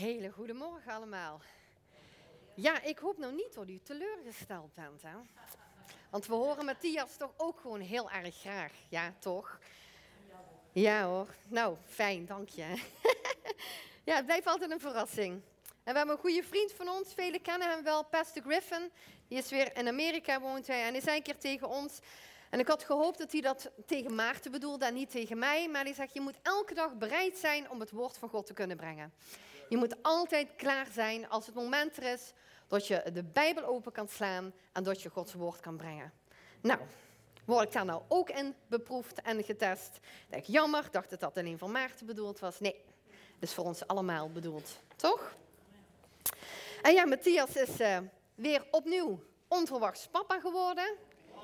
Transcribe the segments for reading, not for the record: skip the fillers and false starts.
Hele goedemorgen allemaal. Ja, ik hoop nou niet dat u teleurgesteld bent, hè? Want we horen Matthias toch ook gewoon heel erg graag, ja toch? Ja hoor, nou fijn, dank je. Ja, het blijft altijd een verrassing. En we hebben een goede vriend van ons, velen kennen hem wel, Pastor Griffin. Die is weer in Amerika, woont hij, en hij zei een keer tegen ons. En ik had gehoopt dat hij dat tegen Maarten bedoelde en niet tegen mij. Maar hij zegt, je moet elke dag bereid zijn om het woord van God te kunnen brengen. Je moet altijd klaar zijn als het moment er is dat je de Bijbel open kan slaan en dat je Gods woord kan brengen. Nou, word ik daar nou ook in beproefd en getest? Denk ik, jammer, dacht dat dat alleen voor Maarten bedoeld was. Nee, het is voor ons allemaal bedoeld, toch? En ja, Matthias is weer opnieuw onverwachts papa geworden.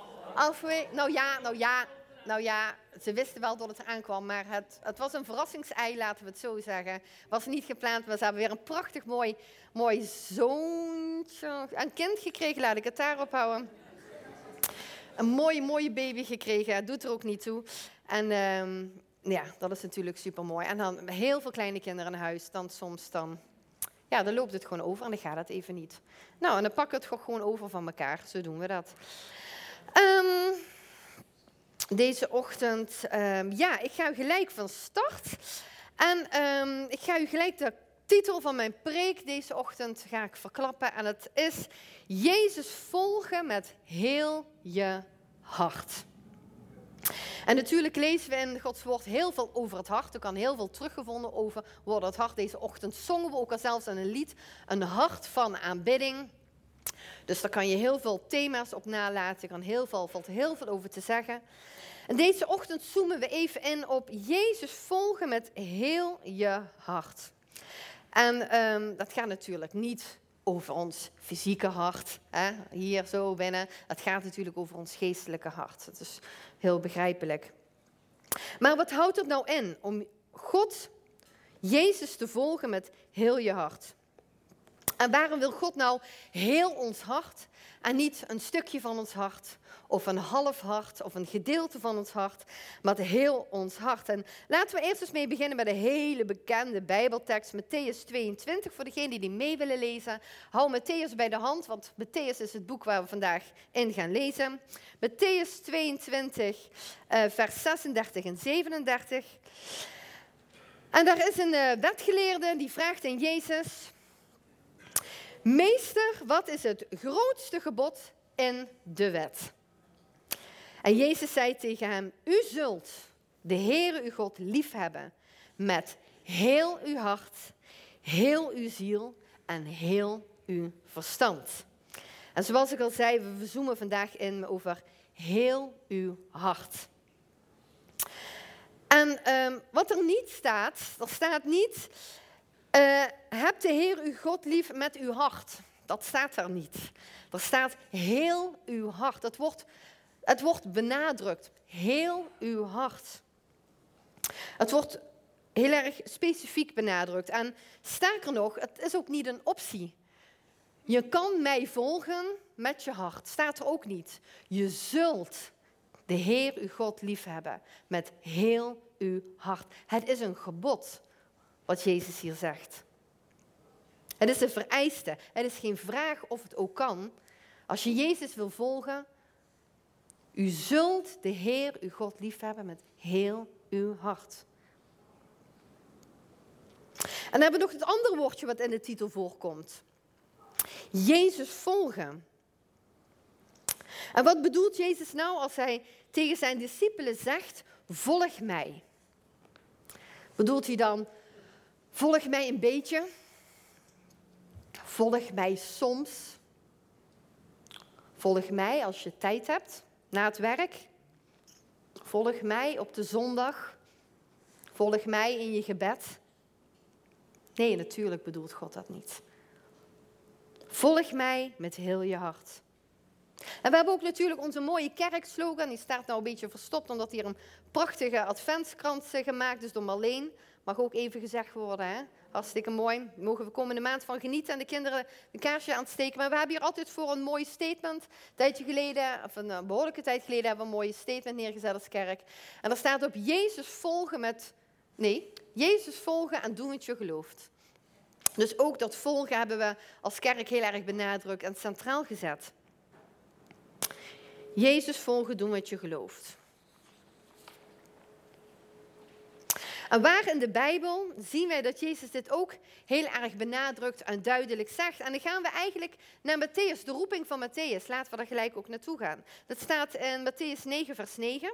Nou ja, ze wisten wel dat het eraan kwam, maar het was een verrassingsei, laten we het zo zeggen. Het was niet gepland, maar ze hebben weer een prachtig mooi zoontje, een kind gekregen, laat ik het daarop houden. Een mooie baby gekregen, het doet er ook niet toe. En ja, dat is natuurlijk super mooi. En dan heel veel kleine kinderen in huis, dan loopt het gewoon over en dan gaat het even niet. Nou, en dan pakken we het gewoon over van elkaar, zo doen we dat. Deze ochtend, ik ga u gelijk van start. En ik ga u gelijk de titel van mijn preek deze ochtend ga ik verklappen. En het is Jezus volgen met heel je hart. En natuurlijk lezen we in Gods woord heel veel over het hart. Er kan heel veel teruggevonden over worden het hart. Deze ochtend zongen we ook al zelfs in een lied, een hart van aanbidding. Dus daar kan je heel veel thema's op nalaten. Er valt heel veel over te zeggen. En deze ochtend zoomen we even in op Jezus volgen met heel je hart. En dat gaat natuurlijk niet over ons fysieke hart, hè? Hier zo binnen. Het gaat natuurlijk over ons geestelijke hart. Dat is heel begrijpelijk. Maar wat houdt het nou in om God, Jezus te volgen met heel je hart? En waarom wil God nou heel ons hart en niet een stukje van ons hart of een half hart of een gedeelte van ons hart, maar heel ons hart? En laten we eerst eens mee beginnen met een hele bekende Bijbeltekst, Mattheüs 22. Voor degenen die mee willen lezen, hou Mattheüs bij de hand, want Mattheüs is het boek waar we vandaag in gaan lezen. Mattheüs 22, vers 36 en 37. En daar is een wetgeleerde die vraagt aan Jezus: Meester, wat is het grootste gebod in de wet? En Jezus zei tegen hem: U zult de Heere uw God liefhebben met heel uw hart, heel uw ziel en heel uw verstand. En zoals ik al zei, we zoomen vandaag in over heel uw hart. En wat er niet staat, er staat niet: heb de Heer uw God lief met uw hart. Dat staat er niet. Er staat heel uw hart. Het wordt benadrukt. Heel uw hart. Het wordt heel erg specifiek benadrukt. En sterker nog, het is ook niet een optie. Je kan mij volgen met je hart. Staat er ook niet. Je zult de Heer uw God lief hebben met heel uw hart. Het is een gebod wat Jezus hier zegt. Het is een vereiste. Het is geen vraag of het ook kan. Als je Jezus wil volgen, u zult de Heer uw God liefhebben met heel uw hart. En dan hebben we nog het andere woordje wat in de titel voorkomt. Jezus volgen. En wat bedoelt Jezus nou als hij tegen zijn discipelen zegt: volg mij? Bedoelt hij dan: volg mij een beetje? Volg mij soms? Volg mij als je tijd hebt na het werk? Volg mij op de zondag? Volg mij in je gebed? Nee, natuurlijk bedoelt God dat niet. Volg mij met heel je hart. En we hebben ook natuurlijk onze mooie kerkslogan. Die staat nou een beetje verstopt, omdat hier een prachtige adventskrans gemaakt is door Marleen. Mag ook even gezegd worden, hè? Hartstikke mooi. Daar mogen we komende maand van genieten en de kinderen een kaarsje aansteken. Maar we hebben hier altijd voor een mooi statement. Een tijdje geleden, of een behoorlijke tijd geleden, hebben we een mooie statement neergezet als kerk. En daar staat op: Jezus volgen en doen wat je gelooft. Dus ook dat volgen hebben we als kerk heel erg benadrukt en centraal gezet. Jezus volgen, doen wat je gelooft. En waar in de Bijbel zien wij dat Jezus dit ook heel erg benadrukt en duidelijk zegt. En dan gaan we eigenlijk naar Matthäus, de roeping van Matthäus. Laten we daar gelijk ook naartoe gaan. Dat staat in Matthäus 9, vers 9.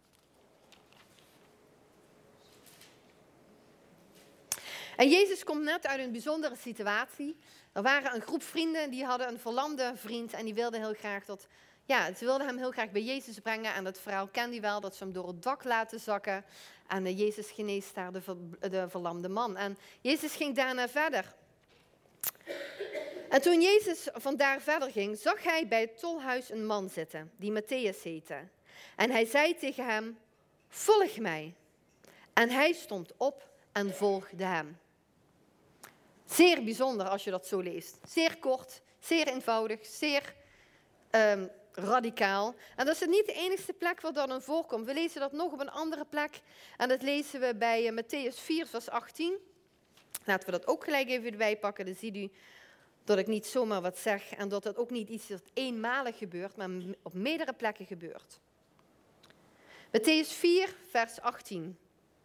En Jezus komt net uit een bijzondere situatie. Er waren een groep vrienden die hadden een verlamde vriend en die wilden heel graag ze wilden hem heel graag bij Jezus brengen. En dat verhaal kende hij wel, dat ze hem door het dak laten zakken. En Jezus geneest daar de verlamde man. En Jezus ging daarna verder. En toen Jezus vandaar verder ging, zag hij bij het tolhuis een man zitten, die Matthäus heette. En hij zei tegen hem, volg mij. En hij stond op en volgde hem. Zeer bijzonder als je dat zo leest. Zeer kort, zeer eenvoudig, zeer radicaal. En dat is niet de enige plek waar dat dan voorkomt. We lezen dat nog op een andere plek. En dat lezen we bij Matthäus 4, vers 18. Laten we dat ook gelijk even erbij pakken. Dan ziet u dat ik niet zomaar wat zeg. En dat het ook niet iets dat eenmalig gebeurt, maar op meerdere plekken gebeurt. Matthäus 4, vers 18.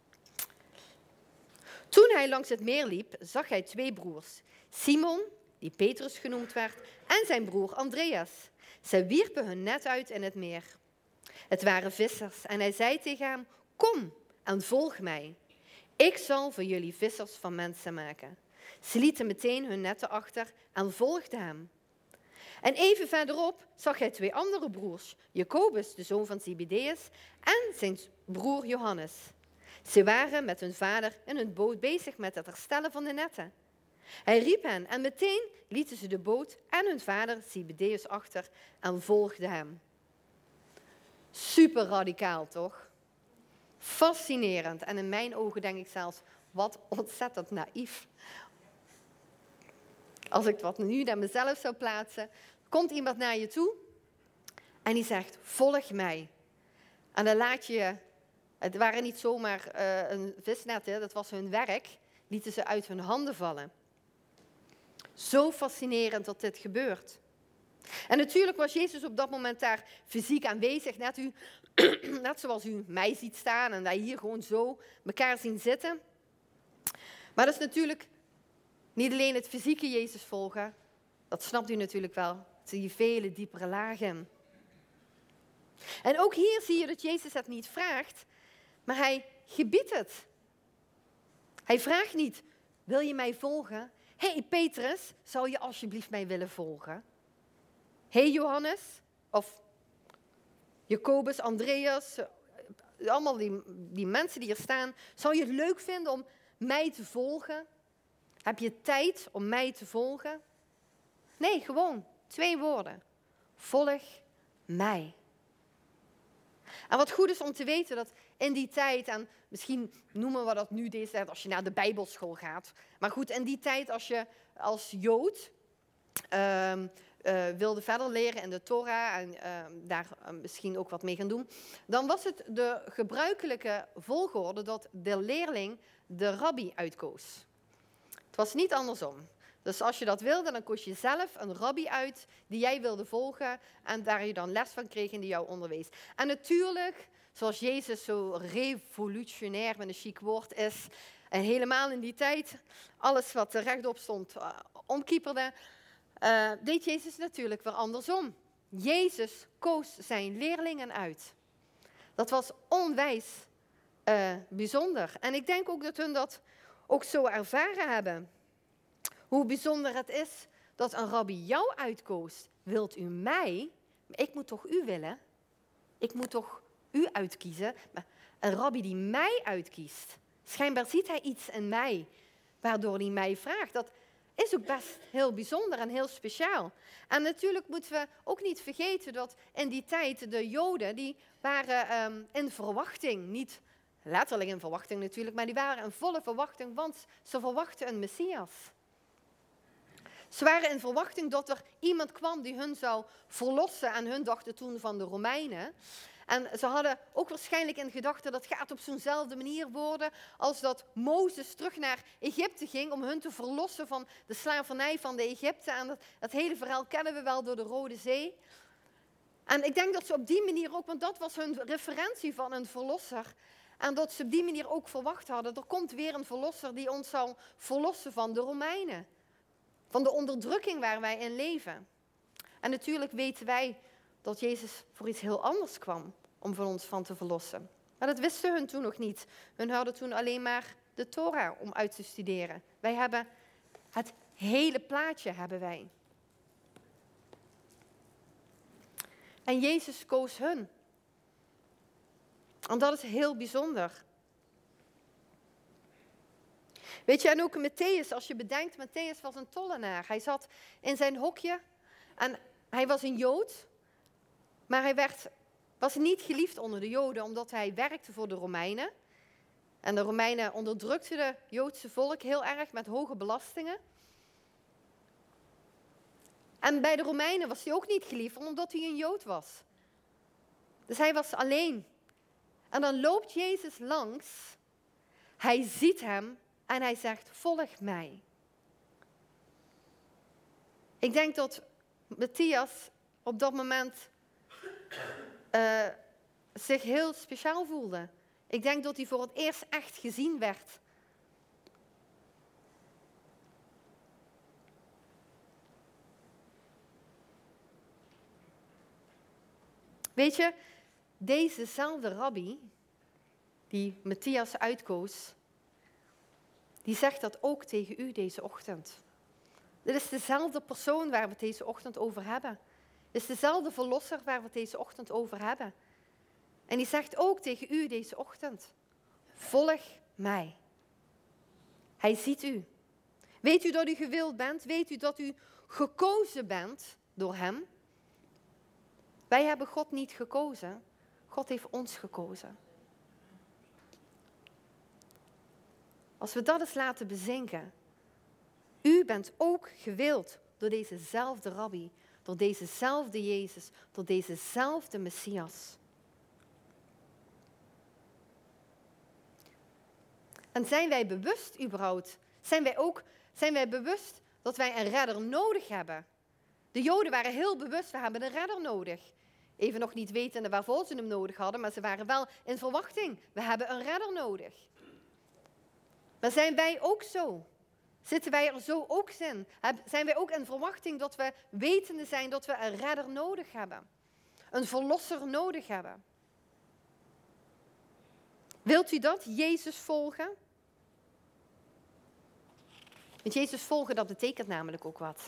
Toen hij langs het meer liep, zag hij 2 broers. Simon, die Petrus genoemd werd, en zijn broer Andreas. Zij wierpen hun net uit in het meer. Het waren vissers en hij zei tegen hem, kom en volg mij. Ik zal voor jullie vissers van mensen maken. Ze lieten meteen hun netten achter en volgden hem. En even verderop zag hij 2 andere broers, Jacobus, de zoon van Zebedeus, en zijn broer Johannes. Ze waren met hun vader in hun boot bezig met het herstellen van de netten. Hij riep hen en meteen lieten ze de boot en hun vader Zebedeus achter en volgden hem. Super radicaal, toch? Fascinerend. En in mijn ogen denk ik zelfs, wat ontzettend naïef. Als ik wat nu naar mezelf zou plaatsen, komt iemand naar je toe en die zegt, volg mij. En dan laat je, het waren niet zomaar een visnet, dat was hun werk, lieten ze uit hun handen vallen. Zo fascinerend dat dit gebeurt. En natuurlijk was Jezus op dat moment daar fysiek aanwezig, net zoals u mij ziet staan en wij hier gewoon zo elkaar zien zitten. Maar dat is natuurlijk niet alleen het fysieke Jezus volgen, dat snapt u natuurlijk wel, het zijn die vele diepere lagen. En ook hier zie je dat Jezus het niet vraagt, maar hij gebiedt het. Hij vraagt niet, wil je mij volgen? Hey Petrus, zou je alsjeblieft mij willen volgen? Hey Johannes, of Jacobus, Andreas, allemaal die mensen die hier staan. Zou je het leuk vinden om mij te volgen? Heb je tijd om mij te volgen? Nee, gewoon 2 woorden. Volg mij. En wat goed is om te weten dat in die tijd, en misschien noemen we dat nu deze tijd als je naar de Bijbelschool gaat. Maar goed, in die tijd als je als Jood wilde verder leren in de Torah en daar misschien ook wat mee gaan doen, dan was het de gebruikelijke volgorde dat de leerling de rabbi uitkoos. Het was niet andersom. Dus als je dat wilde, dan koos je zelf een rabbi uit die jij wilde volgen en daar je dan les van kreeg en die jou onderwees. En natuurlijk, zoals Jezus zo revolutionair met een chic woord is, en helemaal in die tijd alles wat er rechtop stond omkieperde, deed Jezus natuurlijk weer andersom. Jezus koos zijn leerlingen uit. Dat was onwijs bijzonder. En ik denk ook dat hun dat ook zo ervaren hebben. Hoe bijzonder het is dat een rabbi jou uitkoos. Wilt u mij? Ik moet toch u willen? Ik moet toch u uitkiezen? Maar een rabbi die mij uitkiest. Schijnbaar ziet hij iets in mij, waardoor hij mij vraagt. Dat is ook best heel bijzonder en heel speciaal. En natuurlijk moeten we ook niet vergeten dat in die tijd de Joden, die waren in verwachting. Niet letterlijk in verwachting natuurlijk, maar die waren in volle verwachting, want ze verwachten een Messias. Ze waren in verwachting dat er iemand kwam die hun zou verlossen en hun dachten toen van de Romeinen. En ze hadden ook waarschijnlijk in gedachten dat gaat op zo'nzelfde manier worden als dat Mozes terug naar Egypte ging om hun te verlossen van de slavernij van de Egypten. En dat hele verhaal kennen we wel door de Rode Zee. En ik denk dat ze op die manier ook, want dat was hun referentie van een verlosser. En dat ze op die manier ook verwacht hadden, er komt weer een verlosser die ons zal verlossen van de Romeinen. Van de onderdrukking waar wij in leven. En natuurlijk weten wij dat Jezus voor iets heel anders kwam om van ons van te verlossen. Maar dat wisten hun toen nog niet. Hun hadden toen alleen maar de Torah om uit te studeren. Wij hebben het hele plaatje, hebben wij. En Jezus koos hun. En dat is heel bijzonder. Weet je, en ook Mattheüs, als je bedenkt, Mattheüs was een tollenaar. Hij zat in zijn hokje en hij was een Jood, maar hij was niet geliefd onder de Joden, omdat hij werkte voor de Romeinen. En de Romeinen onderdrukten het Joodse volk heel erg met hoge belastingen. En bij de Romeinen was hij ook niet geliefd, omdat hij een Jood was. Dus hij was alleen. En dan loopt Jezus langs, hij ziet hem en hij zegt, volg mij. Ik denk dat Mattheüs op dat moment zich heel speciaal voelde. Ik denk dat hij voor het eerst echt gezien werd. Weet je, dezezelfde rabbi die Mattheüs uitkoos, die zegt dat ook tegen u deze ochtend. Dit is dezelfde persoon waar we het deze ochtend over hebben. Dit is dezelfde verlosser waar we het deze ochtend over hebben. En die zegt ook tegen u deze ochtend, volg mij. Hij ziet u. Weet u dat u gewild bent? Weet u dat u gekozen bent door hem? Wij hebben God niet gekozen. God heeft ons gekozen. Als we dat eens laten bezinken. U bent ook gewild door dezezelfde rabbi, door dezezelfde Jezus, door dezezelfde Messias. En zijn wij bewust überhaupt? Zijn wij bewust dat wij een redder nodig hebben? De Joden waren heel bewust, we hebben een redder nodig. Even nog niet wetende waarvoor ze hem nodig hadden, maar ze waren wel in verwachting. We hebben een redder nodig. Maar zijn wij ook zo? Zitten wij er zo ook in? Zijn wij ook in verwachting dat we wetende zijn dat we een redder nodig hebben? Een verlosser nodig hebben? Wilt u dat? Jezus volgen? Want Jezus volgen, dat betekent namelijk ook wat.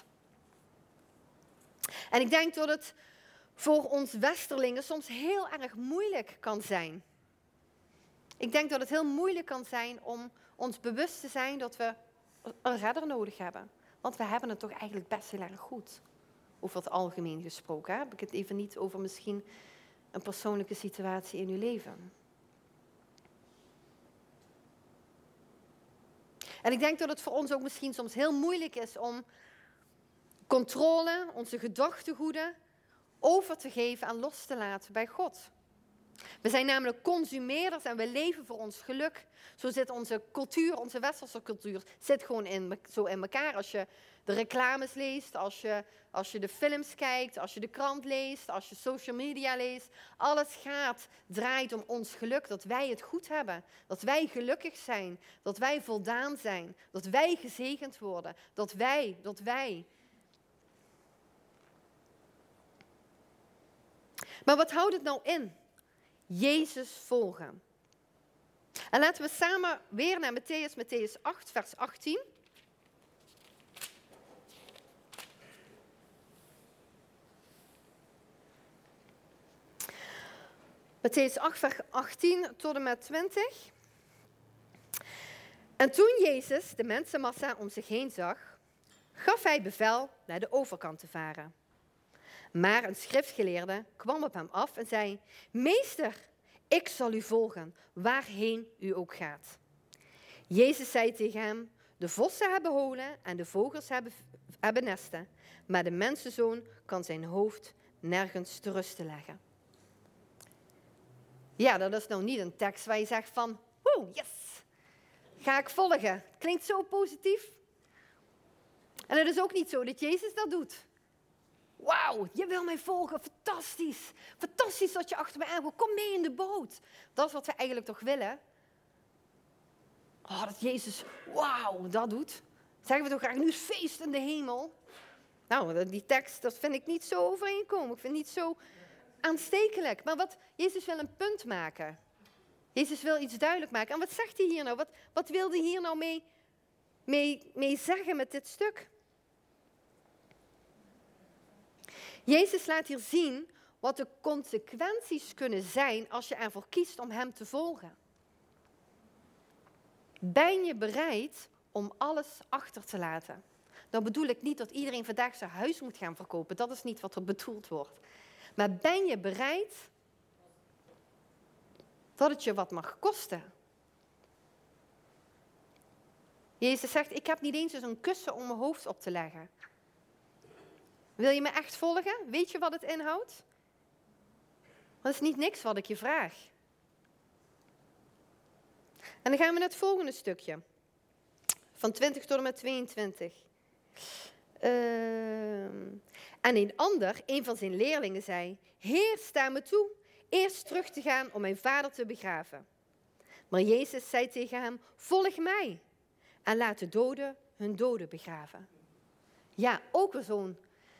En ik denk dat het voor ons westerlingen soms heel erg moeilijk kan zijn. Ik denk dat het heel moeilijk kan zijn om ons bewust te zijn dat we een redder nodig hebben. Want we hebben het toch eigenlijk best heel erg goed. Over het algemeen gesproken. Hè? Heb ik het even niet over misschien een persoonlijke situatie in uw leven. En ik denk dat het voor ons ook misschien soms heel moeilijk is om controle, onze gedachtegoeden, over te geven en los te laten bij God. We zijn namelijk consumeerders en we leven voor ons geluk. Zo zit onze cultuur, onze westerse cultuur, zit gewoon zo in elkaar. Als je de reclames leest, als je de films kijkt, als je de krant leest, als je social media leest. Alles draait om ons geluk, dat wij het goed hebben. Dat wij gelukkig zijn, dat wij voldaan zijn, dat wij gezegend worden, dat wij. Maar wat houdt het nou in? Jezus volgen. En laten we samen weer naar Mattheüs 8, vers 18. Mattheüs 8, vers 18 tot en met 20. En toen Jezus de mensenmassa om zich heen zag, gaf hij bevel naar de overkant te varen. Maar een schriftgeleerde kwam op hem af en zei, Meester, ik zal u volgen, waarheen u ook gaat. Jezus zei tegen hem, de vossen hebben holen en de vogels hebben nesten, maar de mensenzoon kan zijn hoofd nergens te rusten leggen. Ja, dat is nou niet een tekst waar je zegt van, yes, ga ik volgen. Klinkt zo positief. En het is ook niet zo dat Jezus dat doet. Wauw, je wil mij volgen, fantastisch. Fantastisch dat je achter mij aankomt, kom mee in de boot. Dat is wat we eigenlijk toch willen. Oh, dat Jezus, wauw, dat doet. Zeggen we toch graag, nu is feest in de hemel. Nou, die tekst, dat vind ik niet zo overeenkomen. Ik vind het niet zo aanstekelijk. Maar wat, Jezus wil een punt maken. Jezus wil iets duidelijk maken. En wat zegt hij hier nou? Wat wil hij hier nou mee zeggen met dit stuk? Jezus laat hier zien wat de consequenties kunnen zijn als je ervoor kiest om hem te volgen. Ben je bereid om alles achter te laten? Nou bedoel ik niet dat iedereen vandaag zijn huis moet gaan verkopen. Dat is niet wat er bedoeld wordt. Maar ben je bereid dat het je wat mag kosten? Jezus zegt, ik heb niet eens een kussen om mijn hoofd op te leggen. Wil je me echt volgen? Weet je wat het inhoudt? Dat is niet niks wat ik je vraag. En dan gaan we naar het volgende stukje. Van 20 tot en met 22. En een ander, een van zijn leerlingen, zei: Heer, sta me toe eerst terug te gaan om mijn vader te begraven. Maar Jezus zei tegen hem: volg mij en laat de doden hun doden begraven. Ja, ook weer zo'n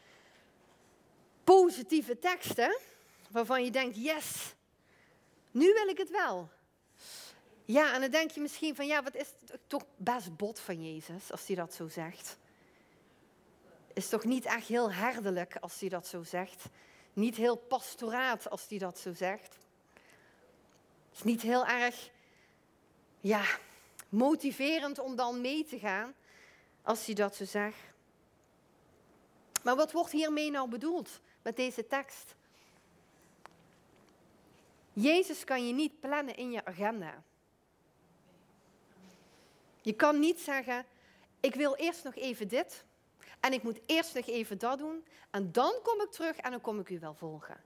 positieve tekst, hè? Waarvan je denkt, yes, nu wil ik het wel. Ja, en dan denk je misschien van, ja, wat is het toch best bot van Jezus, als hij dat zo zegt. Is toch niet echt heel herderlijk als hij dat zo zegt. Niet heel pastoraat als hij dat zo zegt. Is niet heel erg, ja, motiverend om dan mee te gaan als hij dat zo zegt. Maar wat wordt hiermee nou bedoeld met deze tekst? Jezus kan je niet plannen in je agenda. Je kan niet zeggen, ik wil eerst nog even dit en ik moet eerst nog even dat doen en dan kom ik terug en dan kom ik u wel volgen.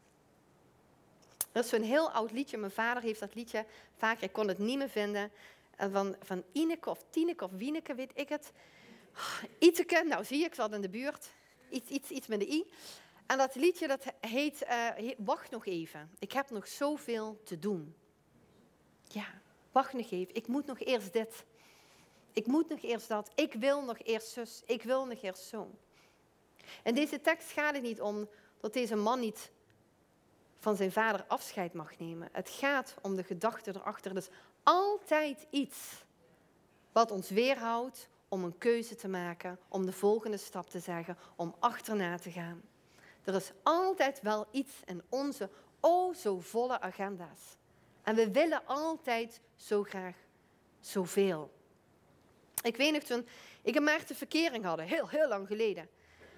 Er is zo'n heel oud liedje, mijn vader heeft dat liedje vaker, ik kon het niet meer vinden, van Ineke of Tineke of Wieneke, weet ik het. Iteke, nou zie je, ik zat in de buurt, iets met de i. En dat liedje dat heet Wacht nog even, ik heb nog zoveel te doen. Ja, wacht nog even, ik moet nog eerst dit. Ik moet nog eerst dat, ik wil nog eerst zus, ik wil nog eerst zo. In deze tekst gaat het niet om dat deze man niet van zijn vader afscheid mag nemen. Het gaat om de gedachte erachter. Er is altijd iets wat ons weerhoudt om een keuze te maken, om de volgende stap te zeggen, om achterna te gaan. Er is altijd wel iets in onze zo volle agenda's. En we willen altijd zo graag zoveel. Ik weet nog toen ik en Maarten verkering hadden, heel lang geleden.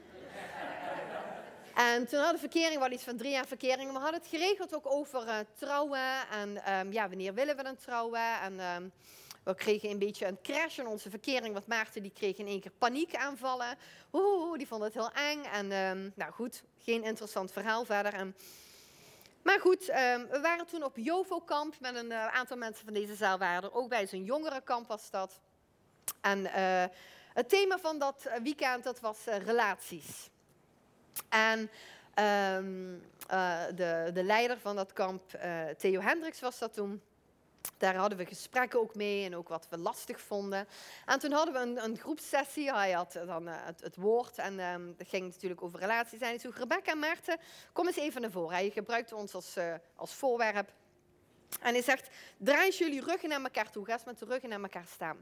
En toen hadden we verkering, wel iets van 3 jaar verkering. We hadden het geregeld ook over trouwen en wanneer willen we dan trouwen. En we kregen een beetje een crash in onze verkering, want Maarten die kreeg in één keer paniekaanvallen. Die vond het heel eng. En nou goed, geen interessant verhaal verder. Maar goed, we waren toen op Jovo-kamp met een aantal mensen van deze zaal waren er ook bij. Zo'n jongerenkamp was dat. En het thema van dat weekend, dat was relaties. En de leider van dat kamp, Theo Hendricks was dat toen. Daar hadden we gesprekken ook mee en ook wat we lastig vonden. En toen hadden we een groepssessie. Hij had dan het woord en dat ging natuurlijk over relaties. En hij zei, Rebecca en Maarten, kom eens even naar voren. Hij gebruikte ons als voorwerp. En hij zegt, draai eens jullie ruggen naar elkaar toe. Ga eens met de ruggen naar elkaar staan.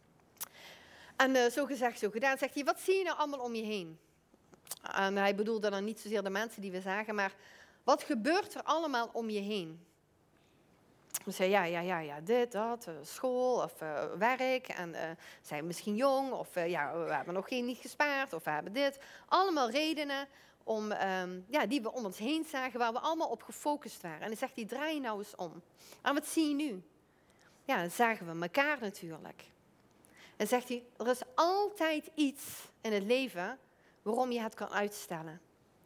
En zo gezegd, zo gedaan, zegt hij, wat zie je nou allemaal om je heen? En hij bedoelde dan niet zozeer de mensen die we zagen, maar wat gebeurt er allemaal om je heen? We zeiden, ja, dit, dat, school of werk. En zijn we misschien jong of we hebben nog niet gespaard of we hebben dit. Allemaal redenen die we om ons heen zagen, waar we allemaal op gefocust waren. En dan zegt hij, draai je nou eens om. En wat zie je nu? Ja, dan zagen we elkaar natuurlijk. En zegt hij, er is altijd iets in het leven waarom je het kan uitstellen.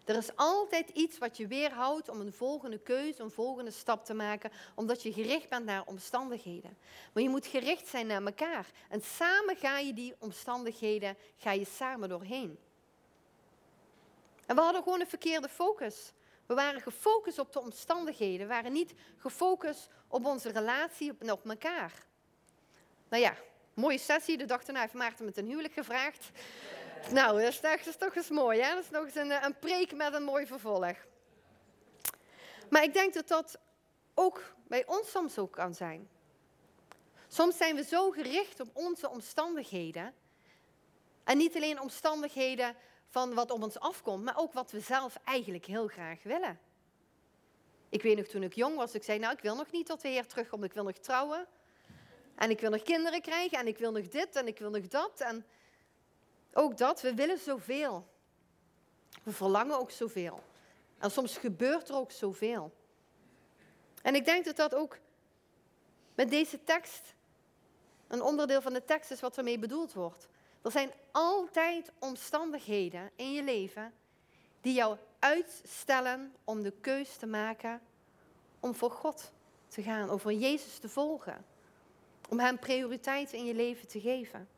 Er is altijd iets wat je weerhoudt om een volgende keuze, een volgende stap te maken, omdat je gericht bent naar omstandigheden. Maar je moet gericht zijn naar elkaar. En samen ga je die omstandigheden, ga je samen doorheen. En we hadden gewoon een verkeerde focus. We waren gefocust op de omstandigheden. We waren niet gefocust op onze relatie, op elkaar. Nou ja, mooie sessie. De dag daarna heeft Maarten met een huwelijk gevraagd. Nou, dat is toch eens mooi, hè? Dat is nog eens een preek met een mooi vervolg. Maar ik denk dat dat ook bij ons soms ook kan zijn. Soms zijn we zo gericht op onze omstandigheden. En niet alleen omstandigheden van wat op ons afkomt, maar ook wat we zelf eigenlijk heel graag willen. Ik weet nog, toen ik jong was, ik zei, nou, ik wil nog niet tot de Heer terugkomt. Ik wil nog trouwen. En ik wil nog kinderen krijgen. En ik wil nog dit en ik wil nog dat. En ook dat, we willen zoveel. We verlangen ook zoveel. En soms gebeurt er ook zoveel. En ik denk dat dat ook met deze tekst een onderdeel van de tekst is wat ermee bedoeld wordt. Er zijn altijd omstandigheden in je leven die jou uitstellen om de keus te maken om voor God te gaan, om voor Jezus te volgen. Om hem prioriteit in je leven te geven.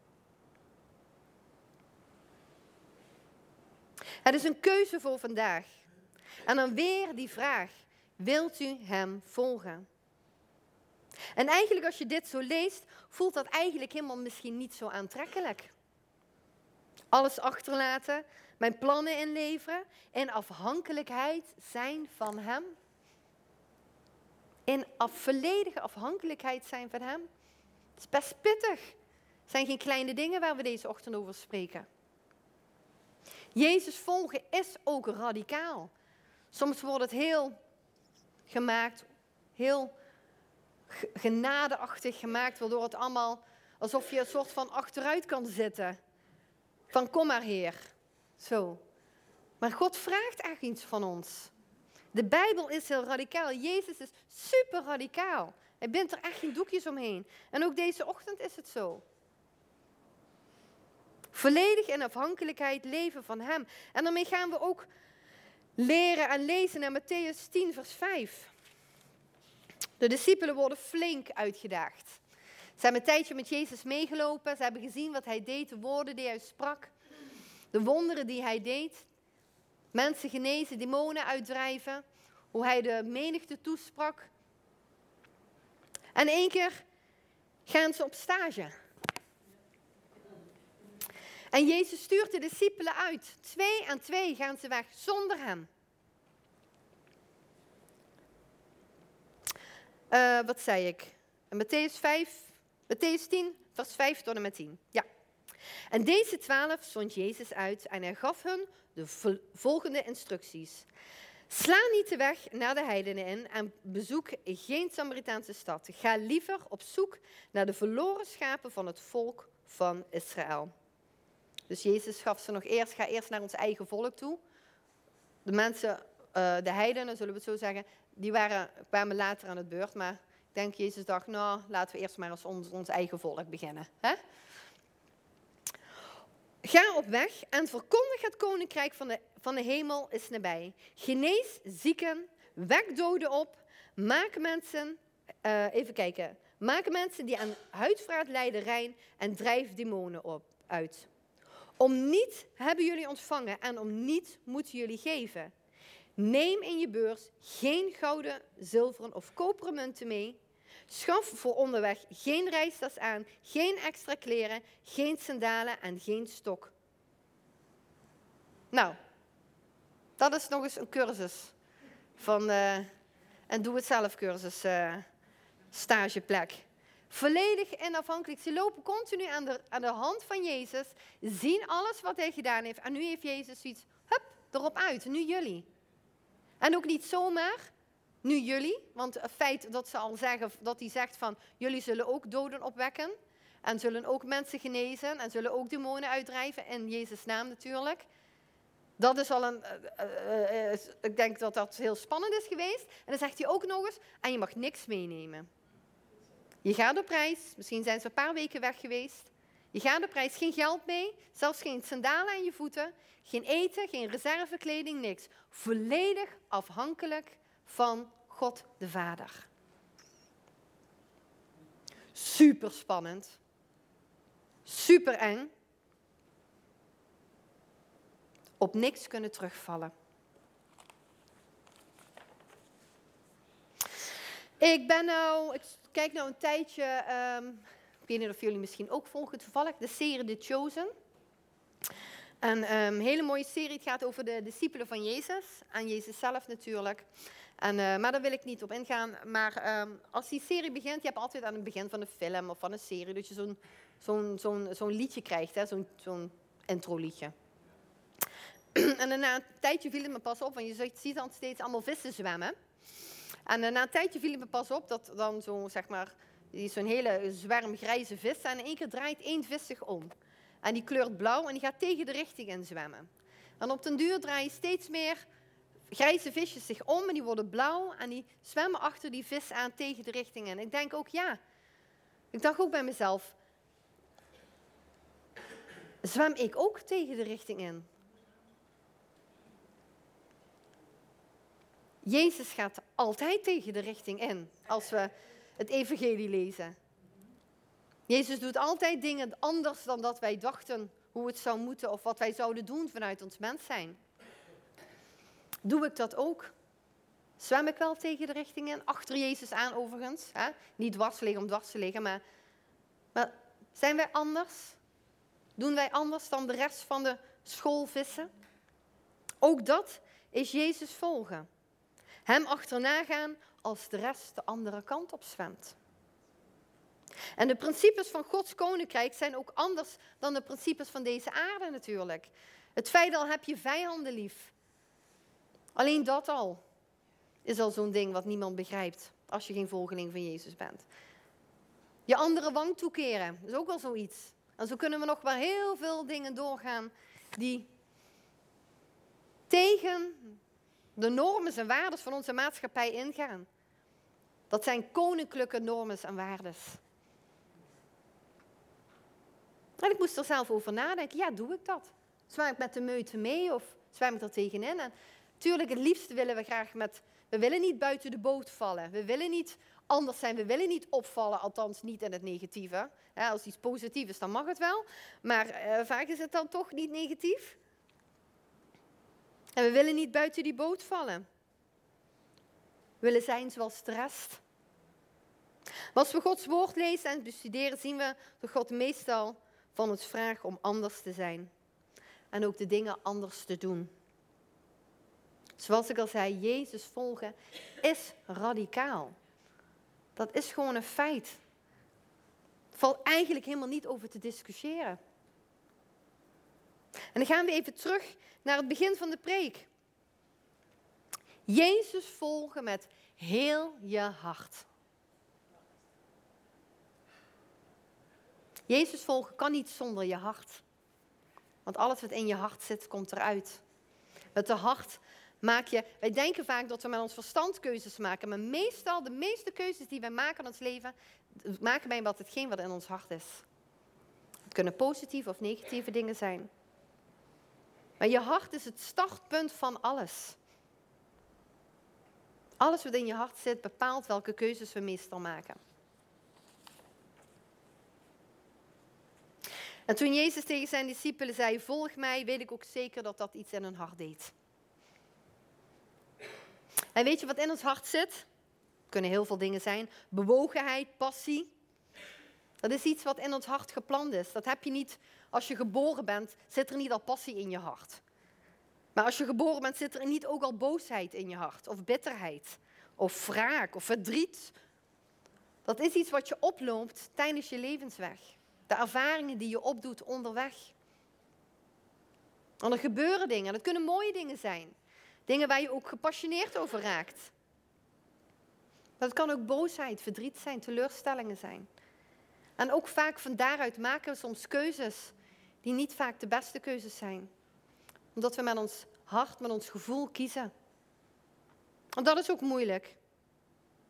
Het is een keuze voor vandaag. En dan weer die vraag, wilt u hem volgen? En eigenlijk als je dit zo leest, voelt dat eigenlijk helemaal misschien niet zo aantrekkelijk. Alles achterlaten, mijn plannen inleveren, in afhankelijkheid zijn van hem. In volledige afhankelijkheid zijn van hem. Het is best pittig. Het zijn geen kleine dingen waar we deze ochtend over spreken. Jezus volgen is ook radicaal. Soms wordt het heel gemaakt, heel genadeachtig gemaakt, waardoor het allemaal alsof je een soort van achteruit kan zitten. Van kom maar Heer. Zo. Maar God vraagt echt iets van ons. De Bijbel is heel radicaal. Jezus is super radicaal. Hij bindt er echt geen doekjes omheen. En ook deze ochtend is het zo. Volledig in afhankelijkheid leven van hem. En daarmee gaan we ook leren en lezen naar Mattheüs 10 vers 5. De discipelen worden flink uitgedaagd. Ze hebben een tijdje met Jezus meegelopen. Ze hebben gezien wat hij deed, de woorden die hij sprak. De wonderen die hij deed. Mensen genezen, demonen uitdrijven. Hoe hij de menigte toesprak. En 1 keer gaan ze op stage. En Jezus stuurt de discipelen uit. 2 aan 2 gaan ze weg zonder hem. Wat zei ik? Mattheüs 10, vers 5 tot en met 10. Ja. En deze 12 zond Jezus uit en hij gaf hun de volgende instructies. Sla niet de weg naar de heidenen in en bezoek geen Samaritaanse stad. Ga liever op zoek naar de verloren schapen van het volk van Israël. Dus Jezus gaf ze nog eerst, ga eerst naar ons eigen volk toe. De mensen, de heidenen, zullen we het zo zeggen, die kwamen later aan het beurt. Maar ik denk, Jezus dacht, nou, laten we eerst maar eens ons eigen volk beginnen. Hè? Ga op weg en verkondig het koninkrijk van de hemel is nabij. Genees zieken, wek doden op, maak mensen die aan huidvraat lijden rein en drijf demonen uit. Om niet hebben jullie ontvangen en om niet moeten jullie geven. Neem in je beurs geen gouden, zilveren of koperen munten mee. Schaf voor onderweg geen reistas aan, geen extra kleren, geen sandalen en geen stok. Nou, dat is nog eens een cursus van een doe-het-zelf cursus, stageplek. Volledig onafhankelijk. Ze lopen continu aan de hand van Jezus, zien alles wat hij gedaan heeft. En nu heeft Jezus zoiets, hup, erop uit, nu jullie. En ook niet zomaar, nu jullie, want het feit dat ze al zeggen, dat hij zegt van, jullie zullen ook doden opwekken. En zullen ook mensen genezen en zullen ook demonen uitdrijven, in Jezus' naam natuurlijk. Dat is al ik denk dat dat heel spannend is geweest. En dan zegt hij ook nog eens, en je mag niks meenemen. Je gaat op reis, misschien zijn ze een paar weken weg geweest. Je gaat op reis, geen geld mee, zelfs geen sandalen aan je voeten, geen eten, geen reservekleding, niks. Volledig afhankelijk van God de Vader. Super spannend. Super eng. Op niks kunnen terugvallen. Ik kijk nou een tijdje, ik weet niet of jullie misschien ook volgen toevallig, de serie The Chosen. Een hele mooie serie, het gaat over de discipelen van Jezus, en Jezus zelf natuurlijk. Maar daar wil ik niet op ingaan. Maar als die serie begint, je hebt altijd aan het begin van een film of van een serie, dat je zo'n liedje krijgt, hè, zo'n intro-liedje. En na een tijdje viel het me pas op, want je ziet dan steeds allemaal vissen zwemmen. En na een tijdje viel het me pas op dat dan zo'n hele zwerm grijze vissen, en in één keer draait één vis zich om. En die kleurt blauw en die gaat tegen de richting in zwemmen. En op den duur draaien steeds meer grijze visjes zich om en die worden blauw en die zwemmen achter die vis aan tegen de richting in. Ik denk ook, ik dacht ook bij mezelf, zwem ik ook tegen de richting in? Jezus gaat altijd tegen de richting in als we het evangelie lezen. Jezus doet altijd dingen anders dan dat wij dachten hoe het zou moeten of wat wij zouden doen vanuit ons mens zijn. Doe ik dat ook? Zwem ik wel tegen de richting in? Achter Jezus aan overigens. Hè? Niet dwars liggen om dwars te liggen, maar zijn wij anders? Doen wij anders dan de rest van de schoolvissen? Ook dat is Jezus volgen. Hem achterna gaan als de rest de andere kant op zwemt. En de principes van Gods koninkrijk zijn ook anders dan de principes van deze aarde natuurlijk. Het feit al heb je vijanden lief. Alleen dat al is al zo'n ding wat niemand begrijpt als je geen volgeling van Jezus bent. Je andere wang toekeren is ook wel zoiets. En zo kunnen we nog wel heel veel dingen doorgaan die tegen de normen en waarden van onze maatschappij ingaan. Dat zijn koninklijke normen en waarden. En ik moest er zelf over nadenken. Doe ik dat? Zwem ik met de meute mee of zwem ik er tegenin? En natuurlijk, het liefst willen we graag we willen niet buiten de boot vallen. We willen niet anders zijn. We willen niet opvallen, althans niet in het negatieve. Als iets positief is, dan mag het wel. Maar vaak is het dan toch niet negatief. En we willen niet buiten die boot vallen. We willen zijn zoals de rest. Maar als we Gods woord lezen en bestuderen, zien we dat God meestal van ons vraagt om anders te zijn. En ook de dingen anders te doen. Zoals ik al zei, Jezus volgen is radicaal. Dat is gewoon een feit. Er valt eigenlijk helemaal niet over te discussiëren. En dan gaan we even terug naar het begin van de preek. Jezus volgen met heel je hart. Jezus volgen kan niet zonder je hart. Want alles wat in je hart zit, komt eruit. Met de hart maak je... Wij denken vaak dat we met ons verstand keuzes maken. Maar meestal, de meeste keuzes die wij maken in ons leven, maken wij met hetgeen wat in ons hart is. Het kunnen positieve of negatieve dingen zijn. Maar je hart is het startpunt van alles. Alles wat in je hart zit, bepaalt welke keuzes we meestal maken. En toen Jezus tegen zijn discipelen zei, volg mij, weet ik ook zeker dat dat iets in hun hart deed. En weet je wat in ons hart zit? Het kunnen heel veel dingen zijn. Bewogenheid, passie. Dat is iets wat in ons hart geplant is. Dat heb je niet als je geboren bent, zit er niet al passie in je hart. Maar als je geboren bent, zit er niet ook al boosheid in je hart. Of bitterheid. Of wraak. Of verdriet. Dat is iets wat je oploopt tijdens je levensweg. De ervaringen die je opdoet onderweg. En er gebeuren dingen. Dat kunnen mooie dingen zijn. Dingen waar je ook gepassioneerd over raakt. Maar het kan ook boosheid, verdriet zijn, teleurstellingen zijn. En ook vaak van daaruit maken we soms keuzes die niet vaak de beste keuzes zijn. Omdat we met ons hart, met ons gevoel kiezen. En dat is ook moeilijk.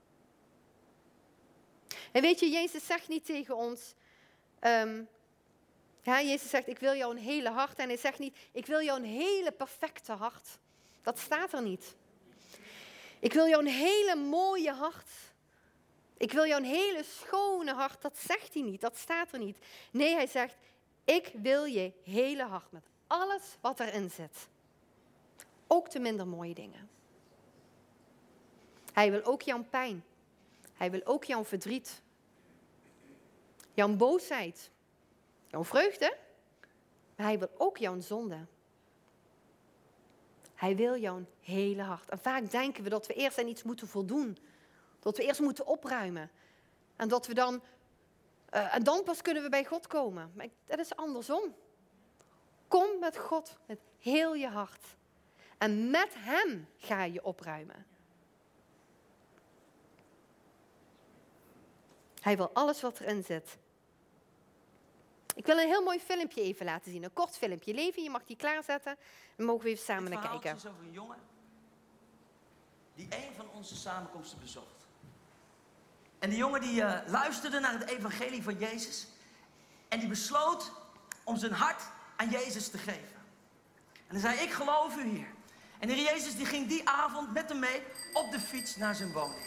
En weet je, Jezus zegt niet tegen ons, Ja, Jezus zegt, ik wil jou een hele hart. En hij zegt niet, ik wil jou een hele perfecte hart. Dat staat er niet. Ik wil jou een hele mooie hart. Ik wil jou een hele schone hart. Dat zegt hij niet, dat staat er niet. Nee, hij zegt, ik wil je hele hart met alles wat erin zit. Ook de minder mooie dingen. Hij wil ook jouw pijn. Hij wil ook jouw verdriet. Jouw boosheid. Jouw vreugde. Maar hij wil ook jouw zonde. Hij wil jouw hele hart. En vaak denken we dat we eerst aan iets moeten voldoen. Dat we eerst moeten opruimen. En dat we dan... en dan pas kunnen we bij God komen. Maar dat is andersom. Kom met God met heel je hart. En met hem ga je opruimen. Hij wil alles wat erin zit. Ik wil een heel mooi filmpje even laten zien. Een kort filmpje. Levi, je mag die klaarzetten. Dan mogen we even samen naar kijken. Het verhaal is over een jongen die een van onze samenkomsten bezocht. En die jongen die luisterde naar het evangelie van Jezus. En die besloot om zijn hart aan Jezus te geven. En hij zei, ik geloof u, Heer. En de Heer Jezus die ging die avond met hem mee op de fiets naar zijn woning.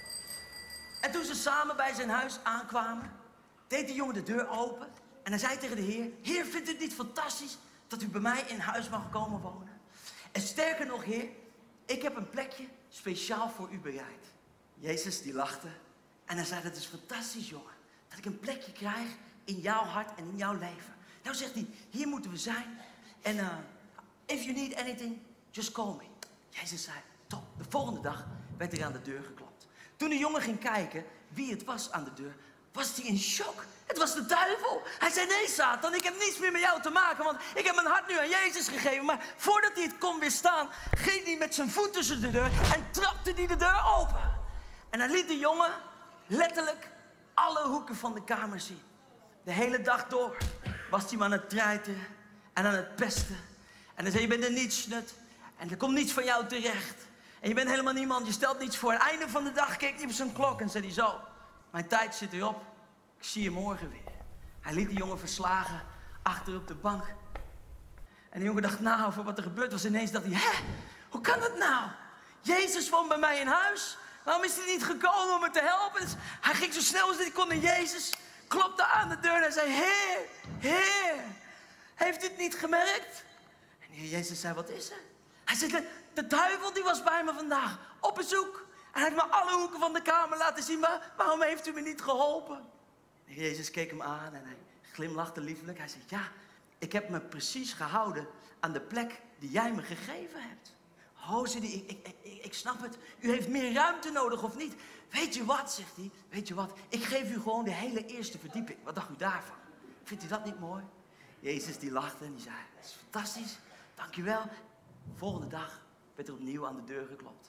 En toen ze samen bij zijn huis aankwamen, deed de jongen de deur open. En hij zei tegen de Heer, Heer, vindt u het niet fantastisch dat u bij mij in huis mag komen wonen? En sterker nog, Heer, ik heb een plekje speciaal voor u bereid. Jezus die lachte en hij zei, dat is fantastisch, jongen. Dat ik een plekje krijg in jouw hart en in jouw leven. Nou zegt hij, hier moeten we zijn. En if you need anything, just call me. Jezus zei, top. De volgende dag werd er aan de deur geklopt. Toen de jongen ging kijken wie het was aan de deur, was hij in shock. Het was de duivel. Hij zei, nee Satan, ik heb niets meer met jou te maken, want ik heb mijn hart nu aan Jezus gegeven. Maar voordat hij het kon weerstaan, ging hij met zijn voet tussen de deur en trapte hij de deur open. En hij liet de jongen letterlijk alle hoeken van de kamer zien. De hele dag door was hij maar aan het treiten en aan het pesten. En hij zei, je bent een nietsnut en er komt niets van jou terecht. En je bent helemaal niemand, je stelt niets voor. Aan het einde van de dag keek hij op zijn klok en zei hij zo, mijn tijd zit erop, ik zie je morgen weer. Hij liet die jongen verslagen achter op de bank. En de jongen dacht na over wat er gebeurd was. Ineens dacht hij, hè, hoe kan dat nou? Jezus woont bij mij in huis. Waarom is hij niet gekomen om me te helpen? Dus hij ging zo snel als hij kon naar Jezus, klopte aan de deur en hij zei, Heer, Heer, heeft u het niet gemerkt? En de Heer Jezus zei, wat is er? Hij zei, de duivel die was bij me vandaag op bezoek. En hij heeft me alle hoeken van de kamer laten zien. Maar waarom heeft u me niet geholpen? En Jezus keek hem aan en hij glimlachte liefelijk. Hij zei, ja, ik heb me precies gehouden aan de plek die jij me gegeven hebt. Oh, zei hij, ik snap het. U heeft meer ruimte nodig of niet? Weet je wat, zegt hij. Weet je wat, ik geef u gewoon de hele eerste verdieping. Wat dacht u daarvan? Vindt u dat niet mooi? Jezus die lachte en die zei, dat is fantastisch. Dankjewel. Volgende dag werd er opnieuw aan de deur geklopt.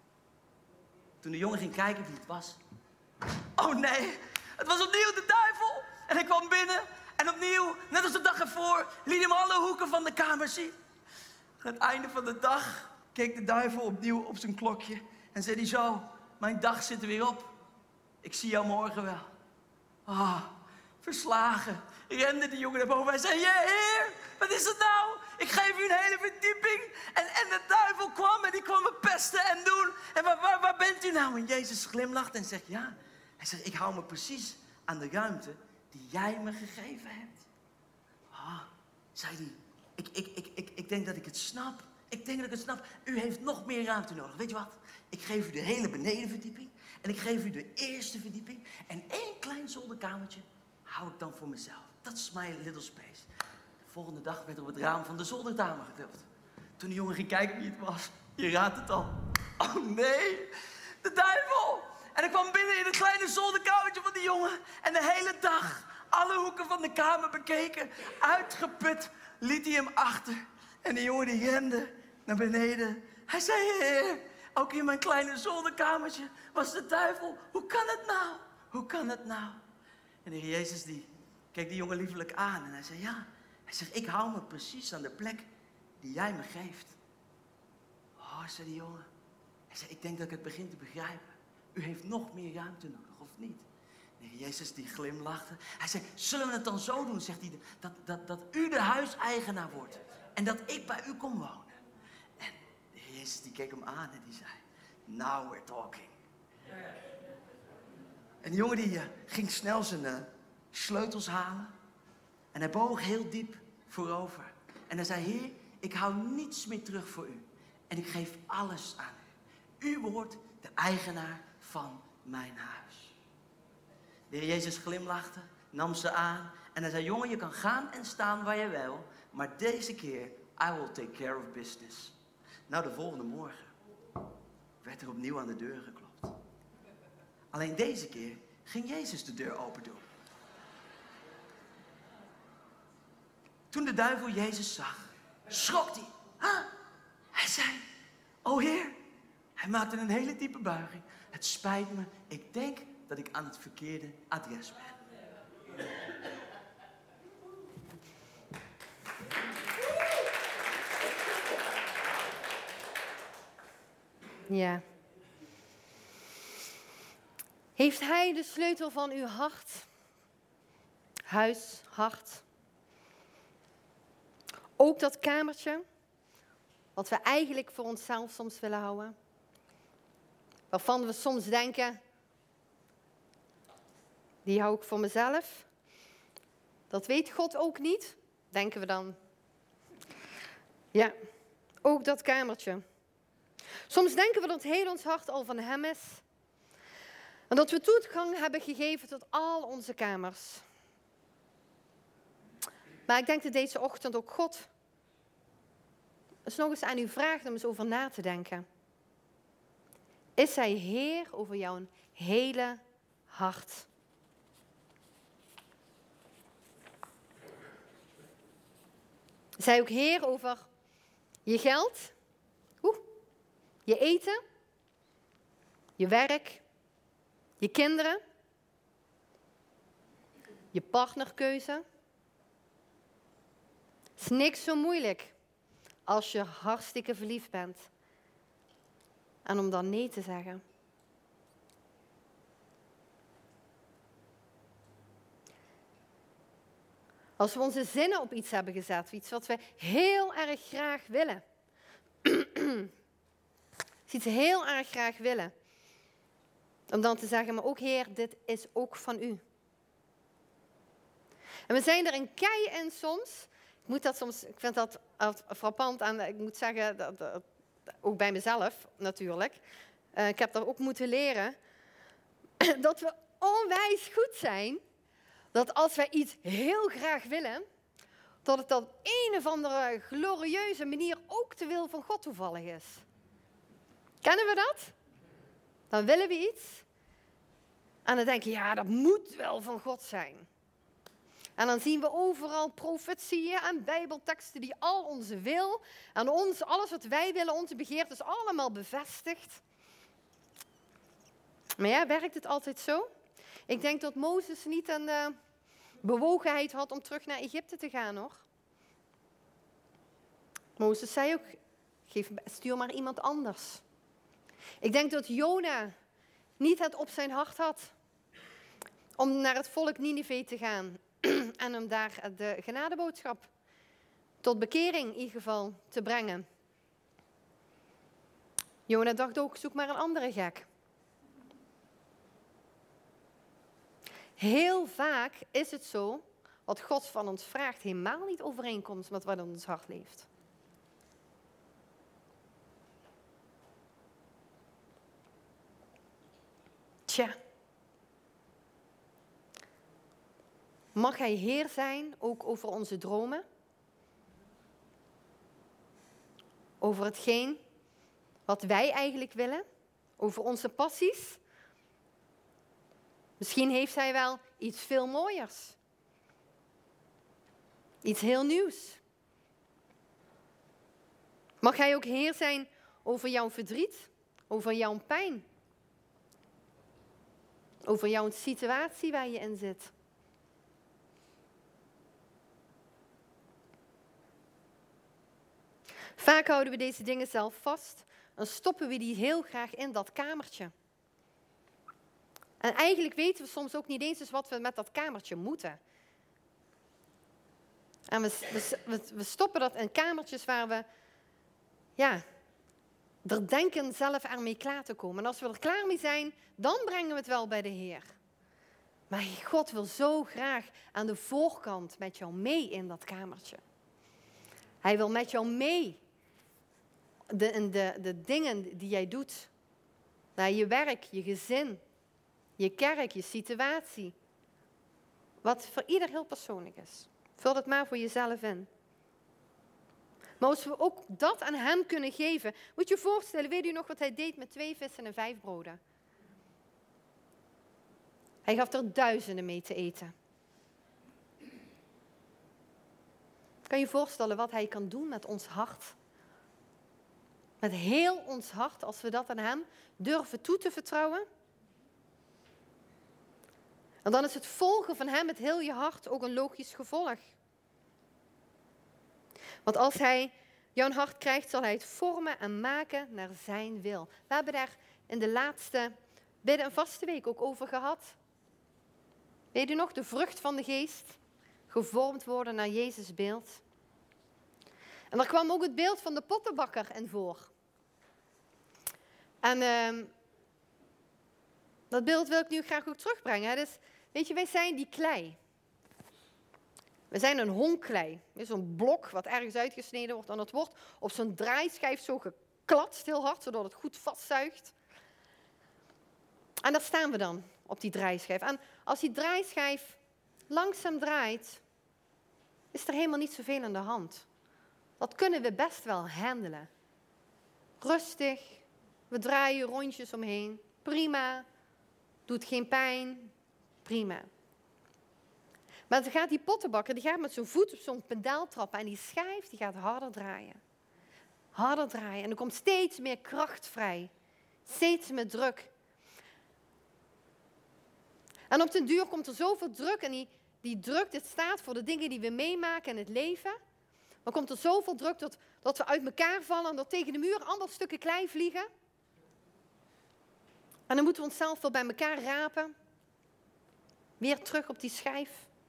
Toen de jongen ging kijken wie het was. Oh nee, het was opnieuw de duivel. En hij kwam binnen en opnieuw, net als de dag ervoor, liet hem alle hoeken van de kamer zien. Aan het einde van de dag keek de duivel opnieuw op zijn klokje en zei hij zo, mijn dag zit er weer op. Ik zie jou morgen wel. Ah, verslagen rende de jongen naar boven. Hij zei, ja, Heer, wat is het nou? Ik geef u een hele verdieping. En de duivel kwam en die kwam me pesten en doen. En waar bent u nou? En Jezus glimlacht en zegt, ja. Hij zegt, ik hou me precies aan de ruimte die jij me gegeven hebt. Ah, zei hij, ik denk dat ik het snap. Ik denk dat ik het snap. U heeft nog meer ruimte nodig. Weet je wat? Ik geef u de hele benedenverdieping. En ik geef u de eerste verdieping. En één klein zolderkamertje hou ik dan voor mezelf. Dat is my little space. De volgende dag werd er op het raam van de zolderkamer getild. Toen de jongen ging kijken wie het was. Je raadt het al. Oh nee, de duivel. En ik kwam binnen in het kleine zolderkamertje van die jongen. En de hele dag alle hoeken van de kamer bekeken. Uitgeput liet hij hem achter. En de jongen die rende naar beneden. Hij zei, Heer, ook in mijn kleine zolderkamertje was de duivel. Hoe kan het nou? Hoe kan het nou? En de Heer Jezus die keek die jongen liefelijk aan. En hij zei, ja. Hij zegt, ik hou me precies aan de plek die jij me geeft. Oh, zei die jongen. Hij zei, ik denk dat ik het begin te begrijpen. U heeft nog meer ruimte nodig, of niet? De En Jezus die glimlachte. Hij zei, zullen we het dan zo doen, zegt hij, dat u de huiseigenaar wordt. En dat ik bij u kom wonen. En de Heer Jezus die keek hem aan en die zei, now we're talking. En de jongen die ging snel zijn sleutels halen. En hij boog heel diep voorover. En hij zei, Heer, ik hou niets meer terug voor u. En ik geef alles aan u. U wordt de eigenaar van mijn huis. De Heer Jezus glimlachte, nam ze aan. En hij zei, jongen, je kan gaan en staan waar je wil. Maar deze keer, I will take care of business. Nou, de volgende morgen werd er opnieuw aan de deur geklopt. Alleen deze keer ging Jezus de deur open doen. Toen de duivel Jezus zag, schrok hij. Hij zei, o Heer. Hij maakte een hele diepe buiging. Het spijt me, ik denk dat ik aan het verkeerde adres ben. Ja. Heeft hij de sleutel van uw hart? Huis, hart. Ook dat kamertje, wat we eigenlijk voor onszelf soms willen houden. Waarvan we soms denken, die hou ik voor mezelf. Dat weet God ook niet, denken we dan. Ja, ook dat kamertje. Soms denken we dat heel ons hart al van hem is. En dat we toegang hebben gegeven tot al onze kamers. Maar ik denk dat deze ochtend ook God eens nog eens aan u vraagt om eens over na te denken. Is hij Heer over jouw hele hart? Is hij ook Heer over je geld? Je eten? Je werk? Je kinderen? Je partnerkeuze? Het is niks zo moeilijk als je hartstikke verliefd bent. En om dan nee te zeggen. Als we onze zinnen op iets hebben gezet, iets wat we heel erg graag willen. Iets heel erg graag willen. Om dan te zeggen, maar ook Heer, dit is ook van u. En we zijn er een kei in soms. Ik vind dat frappant en ik moet zeggen, dat ook bij mezelf natuurlijk. Ik heb dat ook moeten leren. Dat we onwijs goed zijn. Dat als wij iets heel graag willen, dat het op een of andere glorieuze manier ook de wil van God toevallig is. Kennen we dat? Dan willen we iets. En dan denken we, ja, dat moet wel van God zijn. En dan zien we overal profetieën en bijbelteksten die al onze wil en alles wat wij willen, onze begeerte, is allemaal bevestigd. Maar ja, werkt het altijd zo? Ik denk dat Mozes niet een bewogenheid had om terug naar Egypte te gaan, hoor. Mozes zei ook, stuur maar iemand anders. Ik denk dat Jona niet het op zijn hart had om naar het volk Ninive te gaan en om daar de genadeboodschap tot bekering in ieder geval te brengen. Jona dacht ook, zoek maar een andere gek. Heel vaak is het zo, wat God van ons vraagt, helemaal niet overeenkomt met wat in ons hart leeft. Tja. Mag hij Heer zijn, ook over onze dromen? Over hetgeen wat wij eigenlijk willen? Over onze passies? Misschien heeft hij wel iets veel mooiers. Iets heel nieuws. Mag hij ook Heer zijn over jouw verdriet? Over jouw pijn? Over jouw situatie waar je in zit? Vaak houden we deze dingen zelf vast en stoppen we die heel graag in dat kamertje. En eigenlijk weten we soms ook niet eens wat we met dat kamertje moeten. En we stoppen dat in kamertjes waar we, er denken zelf ermee klaar te komen. En als we er klaar mee zijn, dan brengen we het wel bij de Heer. Maar God wil zo graag aan de voorkant met jou mee in dat kamertje. Hij wil met jou mee de dingen die jij doet. Naar je werk, je gezin, je kerk, je situatie. Wat voor ieder heel persoonlijk is. Vul het maar voor jezelf in. Maar als we ook dat aan hem kunnen geven. Moet je je voorstellen, weet u nog wat hij deed met 2 vissen en 5 broden? Hij gaf er duizenden mee te eten. Kan je je voorstellen wat hij kan doen met ons hart? Met heel ons hart, als we dat aan hem durven toe te vertrouwen. En dan is het volgen van hem met heel je hart ook een logisch gevolg. Want als hij jouw hart krijgt, zal hij het vormen en maken naar zijn wil. We hebben daar in de laatste bidden en vaste week ook over gehad. Weet u nog, de vrucht van de geest, gevormd worden naar Jezus' beeld. En daar kwam ook het beeld van de pottenbakker in voor. En dat beeld wil ik nu graag ook terugbrengen. Dus, weet je, wij zijn die klei. We zijn een honkklei. Zo'n blok wat ergens uitgesneden wordt. En dat wordt op zo'n draaischijf zo geklatst heel hard, zodat het goed vastzuigt. En daar staan we dan, op die draaischijf. En als die draaischijf langzaam draait, is er helemaal niet zoveel aan de hand. Dat kunnen we best wel handelen. Rustig, we draaien rondjes omheen. Prima, doet geen pijn. Prima. Maar dan gaat die pottenbakker, die gaat met zijn voet op zo'n pedaal trappen en die schijf die gaat harder draaien. Harder draaien en er komt steeds meer kracht vrij. Steeds meer druk. En op den duur komt er zoveel druk en die druk, dit staat voor de dingen die we meemaken in het leven. Dan komt er zoveel druk dat we uit elkaar vallen en dat tegen de muur andere stukken klei vliegen. En dan moeten we onszelf wel bij elkaar rapen. Weer terug op die schijf.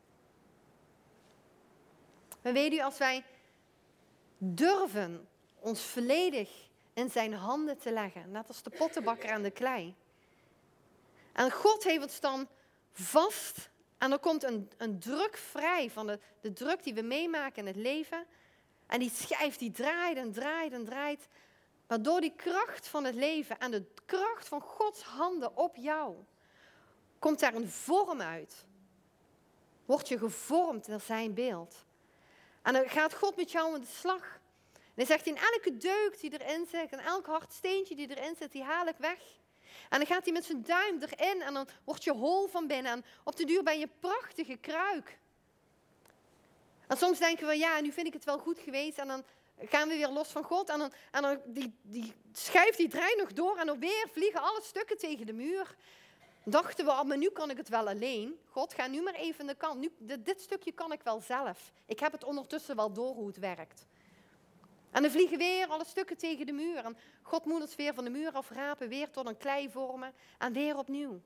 Maar weet u, als wij durven ons volledig in zijn handen te leggen, net als de pottenbakker aan de klei. En God heeft ons dan vast en er komt een druk vrij van de druk die we meemaken in het leven. En die schijf die draait en draait en draait. Maar door die kracht van het leven en de kracht van Gods handen op jou, komt daar een vorm uit. Word je gevormd naar zijn beeld. En dan gaat God met jou aan de slag. En hij zegt, in elke deuk die erin zit, en elk hard steentje die erin zit, die haal ik weg. En dan gaat hij met zijn duim erin en dan word je hol van binnen. En op de duur ben je een prachtige kruik. En soms denken we, ja, nu vind ik het wel goed geweest. En dan gaan we weer los van God. En dan die schijf die draait nog door en dan weer vliegen alle stukken tegen de muur. Dachten we, maar nu kan ik het wel alleen. God, ga nu maar even aan de kant. Nu, dit stukje kan ik wel zelf. Ik heb het ondertussen wel door hoe het werkt. En dan vliegen weer alle stukken tegen de muur. En God moet ons weer van de muur afrapen, weer tot een klei vormen en weer opnieuw.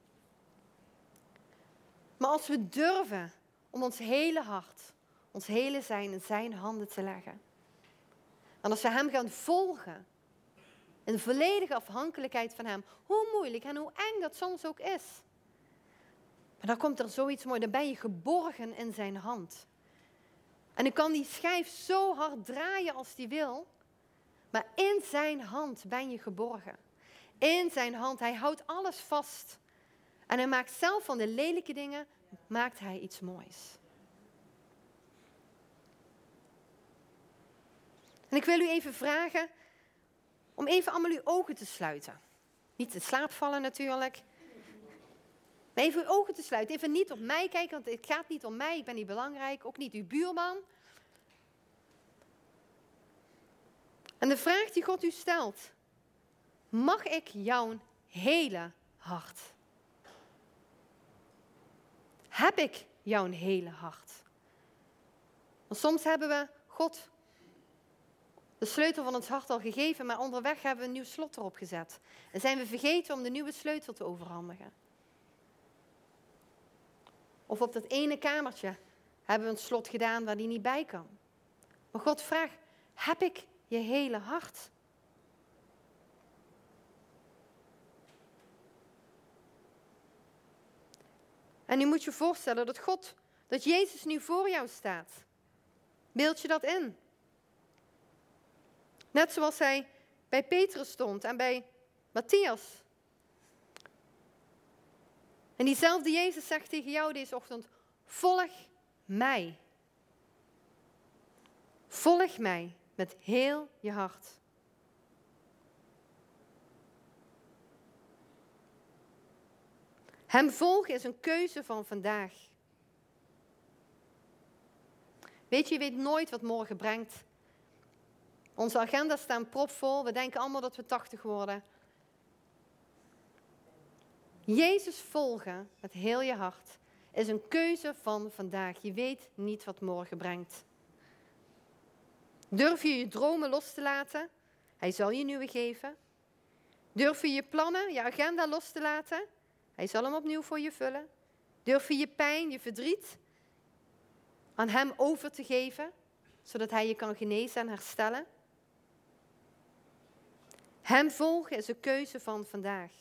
Maar als we durven om ons hele hart, ons hele zijn in zijn handen te leggen. En als we hem gaan volgen, in volledige afhankelijkheid van hem, hoe moeilijk en hoe eng dat soms ook is. Maar dan komt er zoiets moois, dan ben je geborgen in zijn hand. En dan kan die schijf zo hard draaien als die wil, maar in zijn hand ben je geborgen. In zijn hand, hij houdt alles vast. En hij maakt zelf van de lelijke dingen, maakt hij iets moois. En ik wil u even vragen om even allemaal uw ogen te sluiten. Niet in slaap vallen natuurlijk. Maar even uw ogen te sluiten. Even niet op mij kijken, want het gaat niet om mij. Ik ben niet belangrijk. Ook niet uw buurman. En de vraag die God u stelt. Mag ik jouw hele hart? Heb ik jouw hele hart? Want soms hebben we God de sleutel van ons hart al gegeven, maar onderweg hebben we een nieuw slot erop gezet. En zijn we vergeten om de nieuwe sleutel te overhandigen. Of op dat ene kamertje hebben we een slot gedaan waar die niet bij kan. Maar God vraagt, heb ik je hele hart? En nu moet je voorstellen dat Jezus nu voor jou staat. Beeld je dat in? Net zoals hij bij Petrus stond en bij Matthias. En diezelfde Jezus zegt tegen jou deze ochtend, volg mij. Volg mij met heel je hart. Hem volgen is een keuze van vandaag. Je weet nooit wat morgen brengt. Onze agenda's staan propvol. We denken allemaal dat we 80 worden. Jezus volgen met heel je hart is een keuze van vandaag. Je weet niet wat morgen brengt. Durf je je dromen los te laten? Hij zal je nieuwe geven. Durf je je plannen, je agenda los te laten? Hij zal hem opnieuw voor je vullen. Durf je je pijn, je verdriet aan hem over te geven, zodat hij je kan genezen en herstellen? Hem volgen is een keuze van vandaag.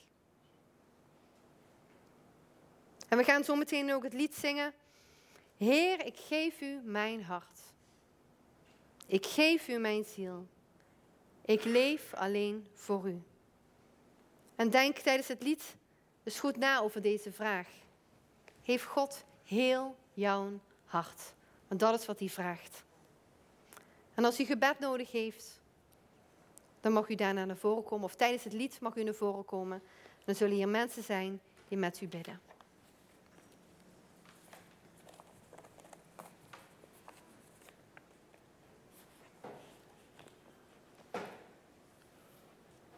En we gaan zo meteen ook het lied zingen. Heer, ik geef u mijn hart. Ik geef u mijn ziel. Ik leef alleen voor u. En denk tijdens het lied dus goed na over deze vraag. Heeft God heel jouw hart? Want dat is wat hij vraagt. En als u gebed nodig heeft, dan mag u daarna naar voren komen. Of tijdens het lied mag u naar voren komen. Dan zullen hier mensen zijn die met u bidden.